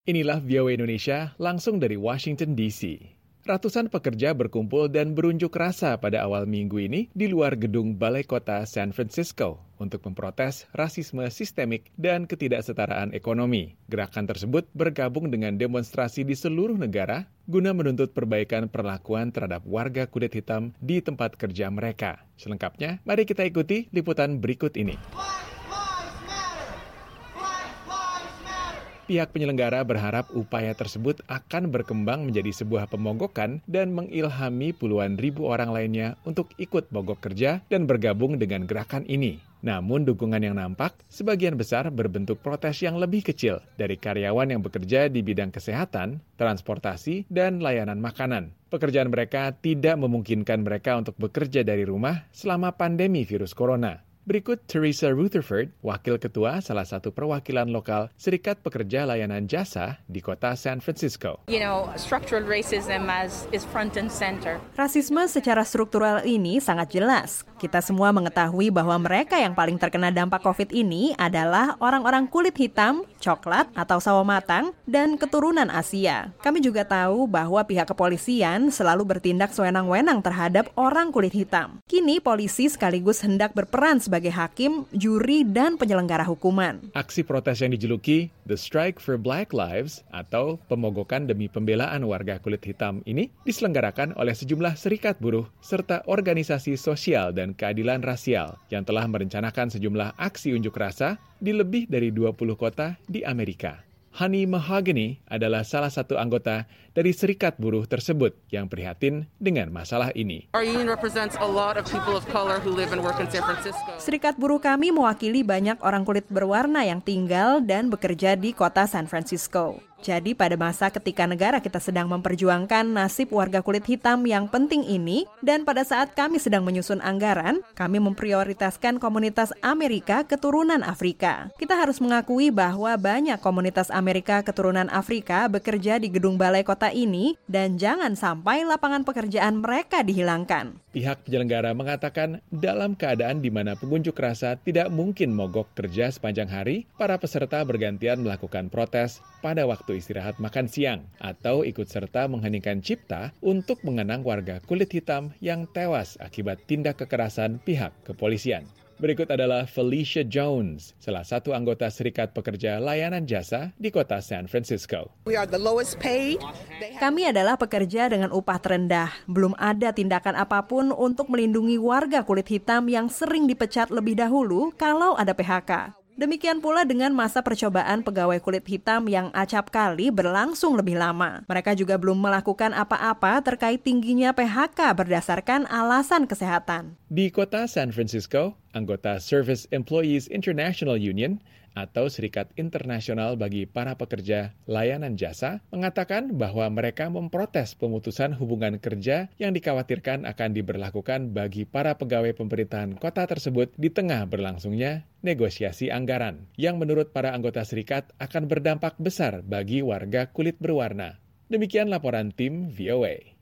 Inilah VOA Indonesia langsung dari Washington DC. Ratusan pekerja berkumpul dan berunjuk rasa pada awal minggu ini di luar gedung Balai Kota San Francisco untuk memprotes rasisme sistemik dan ketidaksetaraan ekonomi. Gerakan tersebut bergabung dengan demonstrasi di seluruh negara guna menuntut perbaikan perlakuan terhadap warga kulit hitam di tempat kerja mereka. Selengkapnya, mari kita ikuti liputan berikut ini. Pihak penyelenggara berharap upaya tersebut akan berkembang menjadi sebuah pemogokan dan mengilhami puluhan ribu orang lainnya untuk ikut mogok kerja dan bergabung dengan gerakan ini. Namun dukungan yang nampak sebagian besar berbentuk protes yang lebih kecil dari karyawan yang bekerja di bidang kesehatan, transportasi, dan layanan makanan. Pekerjaan mereka tidak memungkinkan mereka untuk bekerja dari rumah selama pandemi virus corona. Berikut Teresa Rutherford, Wakil Ketua salah satu perwakilan lokal Serikat Pekerja Layanan Jasa di kota San Francisco. Structural racism is front and center. Rasisme secara struktural ini sangat jelas. Kita semua mengetahui bahwa mereka yang paling terkena dampak COVID ini adalah orang-orang kulit hitam, coklat atau sawo matang, dan keturunan Asia. Kami juga tahu bahwa pihak kepolisian selalu bertindak sewenang-wenang terhadap orang kulit hitam. Kini polisi sekaligus hendak berperan sebagai hakim, juri, dan penyelenggara hukuman. Aksi protes yang dijuluki The Strike for Black Lives atau pemogokan demi pembelaan warga kulit hitam ini diselenggarakan oleh sejumlah serikat buruh serta organisasi sosial dan keadilan rasial yang telah merencanakan sejumlah aksi unjuk rasa di lebih dari 20 kota di Amerika. Honey Mahogany adalah salah satu anggota dari serikat buruh tersebut yang prihatin dengan masalah ini. Our union represents a lot of people of color who live and work in San Francisco. Serikat buruh kami mewakili banyak orang kulit berwarna yang tinggal dan bekerja di kota San Francisco. Jadi pada masa ketika negara kita sedang memperjuangkan nasib warga kulit hitam yang penting ini, dan pada saat kami sedang menyusun anggaran, kami memprioritaskan komunitas Amerika keturunan Afrika. Kita harus mengakui bahwa banyak komunitas Amerika keturunan Afrika bekerja di gedung balai kota ini, dan jangan sampai lapangan pekerjaan mereka dihilangkan. Pihak penyelenggara mengatakan dalam keadaan di mana pengunjuk rasa tidak mungkin mogok kerja sepanjang hari, para peserta bergantian melakukan protes pada waktu istirahat makan siang atau ikut serta mengheningkan cipta untuk mengenang warga kulit hitam yang tewas akibat tindak kekerasan pihak kepolisian. Berikut adalah Felicia Jones, salah satu anggota Serikat Pekerja Layanan Jasa di kota San Francisco. Kami adalah pekerja dengan upah terendah. Belum ada tindakan apapun untuk melindungi warga kulit hitam yang sering dipecat lebih dahulu kalau ada PHK. Demikian pula dengan masa percobaan pegawai kulit hitam yang acap kali berlangsung lebih lama. Mereka juga belum melakukan apa-apa terkait tingginya PHK berdasarkan alasan kesehatan. Di kota San Francisco, anggota Service Employees International Union atau Serikat Internasional bagi para pekerja layanan jasa mengatakan bahwa mereka memprotes pemutusan hubungan kerja yang dikhawatirkan akan diberlakukan bagi para pegawai pemerintahan kota tersebut di tengah berlangsungnya negosiasi anggaran yang menurut para anggota serikat akan berdampak besar bagi warga kulit berwarna. Demikian laporan tim VOA.